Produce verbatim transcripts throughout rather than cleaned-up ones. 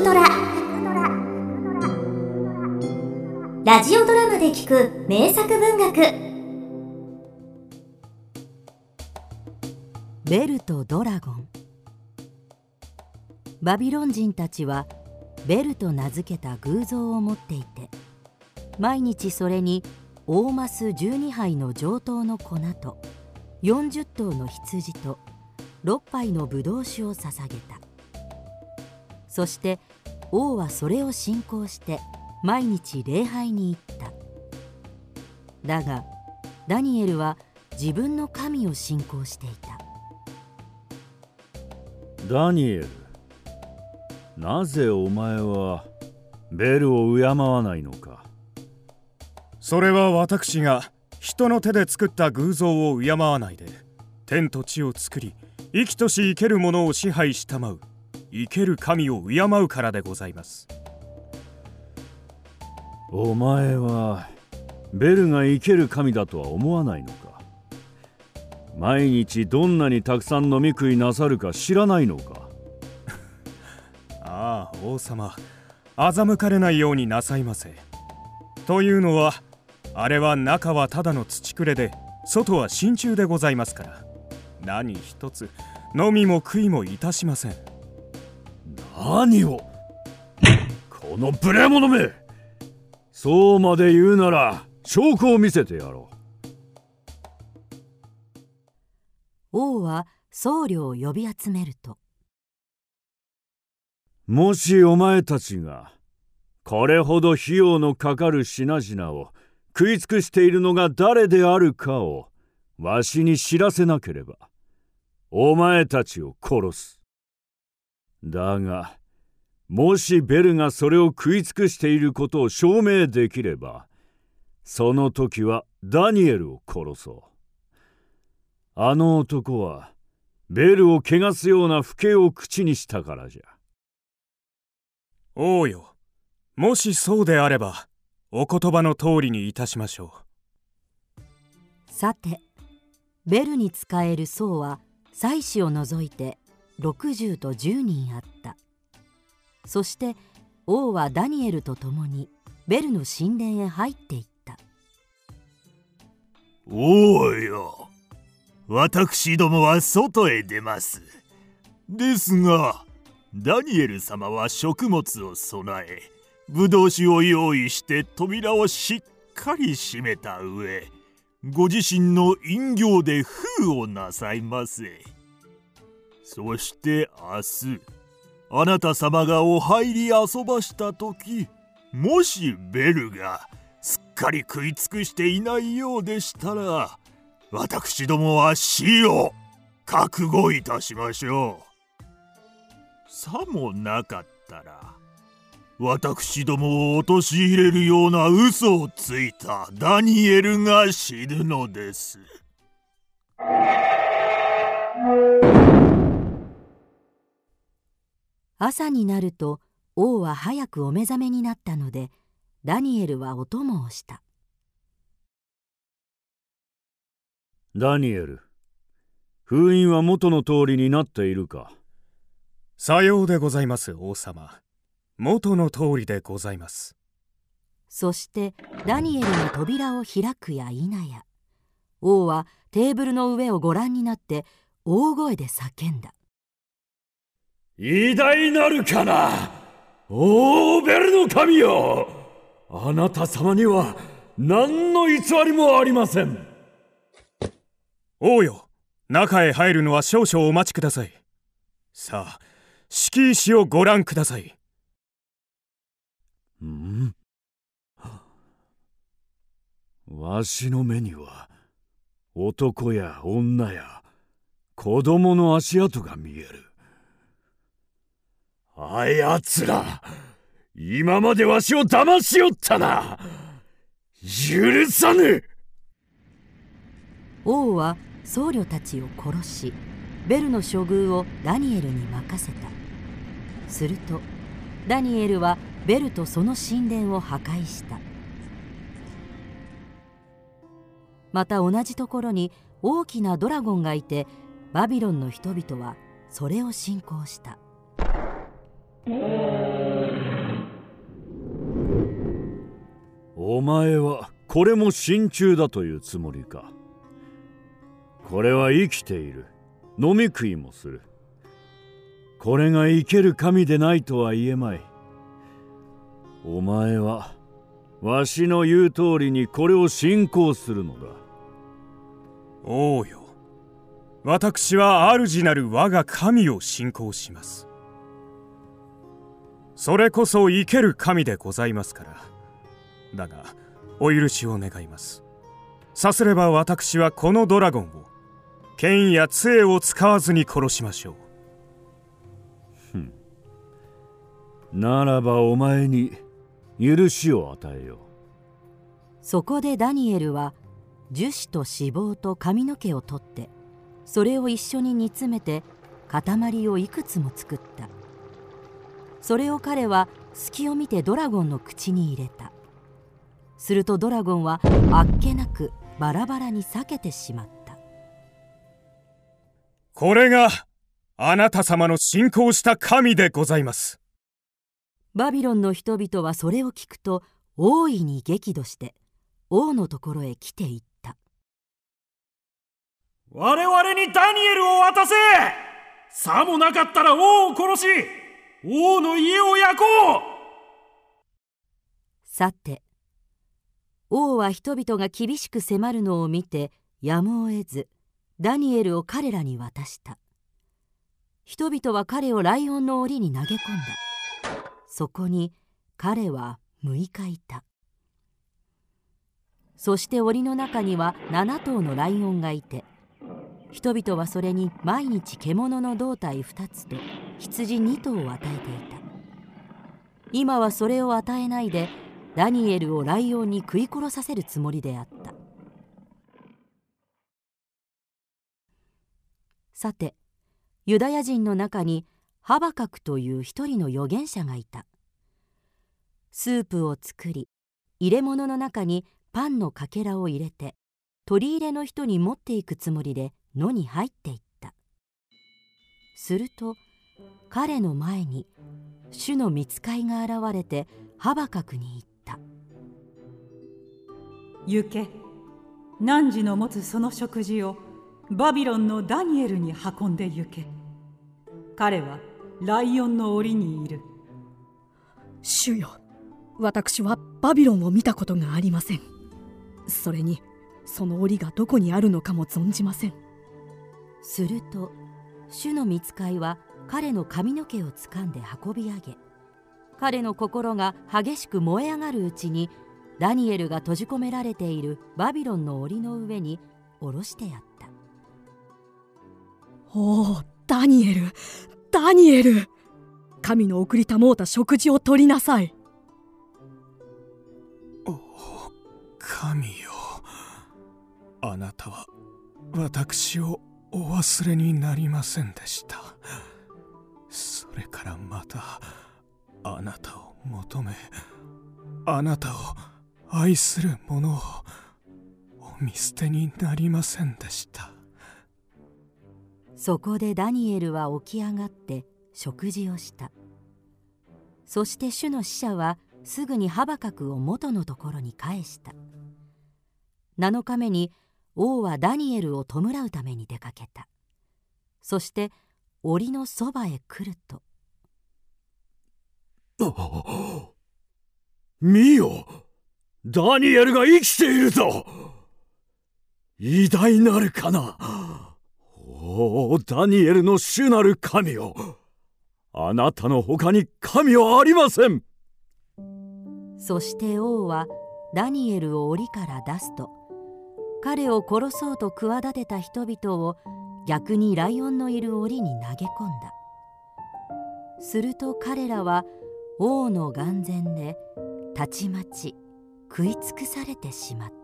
トラ。ラジオドラマで聞く名作文学。 ベルとドラゴン。バビロン人たちはベルと名付けた偶像を持っていて、毎日それに大マスじゅうにはいの上等の粉とよんじゅっ頭の羊とろっぱいのブドウ酒を捧げた。そして王はそれを信仰して毎日礼拝に行った。だがダニエルは自分の神を信仰していた。 ダニエル、なぜお前はベルを敬わないのか。 それは私が人の手で作った偶像を敬わないで、天と地を作り生きとし生けるものを支配したまう生ける神を敬うからでございます。 お前はベルが生ける神だとは思わないのか。毎日どんなにたくさん飲み食いなさるか知らないのか。 ああ、王様、欺かれないようになさいませ。というのは、あれは中はただの土くれで外は真鍮でございますから、何一つ飲みも食いもいたしません。 何をこの無礼者め、そうまで言うなら証拠を見せてやろう。 王は僧侶を呼び集めると、 もしお前たちがこれほど費用のかかる品々を食い尽くしているのが誰であるかをわしに知らせなければ、お前たちを殺す。だがもしベルがそれを食い尽くしていることを証明できれば、その時はダニエルを殺そう。あの男はベルを汚すような不敬を口にしたからじゃ。 王よ、もしそうであればお言葉の通りにいたしましょう。さて、ベルに仕える僧は祭司を除いてろくじゅうとじゅうにんあった。そして王はダニエルと共にベルの神殿へ入っていった。 王よ、私どもは外へ出ます。ですがダニエル様は食物を備え、ブドウ酒を用意して扉をしっかり閉めた上、ご自身の飲料で封をなさいませ。そして明日、あなた様がお入り遊ばした時、もしベルがすっかり食い尽くしていないようでしたら、私どもは死を覚悟いたしましょう。さもなかったら、私どもを陥れるような嘘をついたダニエルが死ぬのです。 朝になると王は早くお目覚めになったので、ダニエルはお供をした。 ダニエル、封印は元の通りになっているか。 さようでございます、王様。元の通りでございます。 そしてダニエルの扉を開くや否や、王はテーブルの上をご覧になって大声で叫んだ。 偉大なるかな、おーベルの神よ。あなた様には何の偽りもありません。 王よ、中へ入るのは少々お待ちください。さあ、敷石をご覧ください。 ん？わしの目には男や女や子供の足跡が見える。あやつら、今までわしを騙しおったな。許さぬ。 王は僧侶たちを殺し、ベルの処遇をダニエルに任せた。するとダニエルはベルとその神殿を破壊した。また同じところに大きなドラゴンがいて、バビロンの人々はそれを信仰した。 お前はこれも真鍮だというつもりか。これは生きている。飲み食いもする。これが生ける神でないとは言えまい。お前はわしの言う通りにこれを信仰するのだ。 王よ、私は主なる我が神を信仰します。それこそ生ける神でございますから。だがお許しを願います。さすれば私はこのドラゴンを剣や杖を使わずに殺しましょう。 ふん。ならばお前に許しを与えよう。 そこでダニエルは樹脂と脂肪と髪の毛を取ってそれを一緒に煮詰めて塊をいくつも作った。それを彼は隙を見てドラゴンの口に入れた。するとドラゴンはあっけなくバラバラに裂けてしまった。 これがあなた様の信仰した神でございます。 バビロンの人々はそれを聞くと大いに激怒して王のところへ来ていった。 我々にダニエルを渡せ。さもなかったら王を殺し王の家を焼こう。 さて王は人々が厳しく迫るのを見てやむを得ずダニエルを彼らに渡した。人々は彼をライオンの檻に投げ込んだ。そこに彼はむいかいた。そして檻の中にはなな頭のライオンがいて、人々はそれに毎日獣の胴体ふたつと羊に頭を与えていた。今はそれを与えないでダニエルをライオンに食い殺させるつもりであった。さてユダヤ人の中にハバカクという一人の預言者がいた。スープを作り入れ物の中にパンのかけらを入れて取り入れの人に持っていくつもりで野に入っていった。すると彼の前に主の御使いが現れてハバカクに言った。 行け、汝の持つその食事をバビロンのダニエルに運んで行け。彼はライオンの檻にいる。 主よ、私はバビロンを見たことがありません。それにその檻がどこにあるのかも存じません。 すると主の御使いは彼の髪の毛をつかんで運び上げ、彼の心が激しく燃え上がるうちにダニエルが閉じ込められているバビロンの檻の上に下ろしてやった。 おお、ダニエル、ダニエル、神の送りたもうた食事を取りなさい。 お神よ、あなたは私をお忘れになりませんでした。それからまたあなたを求め、あなたを愛する者をお見捨てになりませんでした。 そこでダニエルは起き上がって食事をした。そして主の使者はすぐにハバカクを元のところに返した。なのかめに王はダニエルを弔うために出かけた。そして檻のそばへ来ると、 見よ、ダニエルが生きているぞ。偉大なるかな。おお、ダニエルの主なる神よ、あなたの他に神はありません。 そして王はダニエルを檻から出すと、彼を殺そうと企てた人々を逆にライオンのいる檻に投げ込んだ。すると彼らは王の眼前でたちまち食い尽くされてしまった。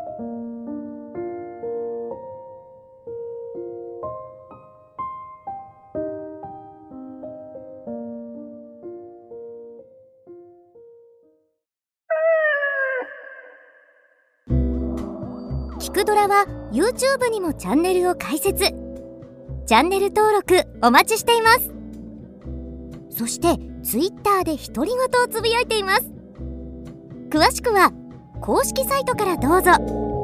聞くドラは YouTube にもチャンネルを開設。チャンネル登録お待ちしています。そして Twitter で独り言をつぶやいています。詳しくは公式サイトからどうぞ。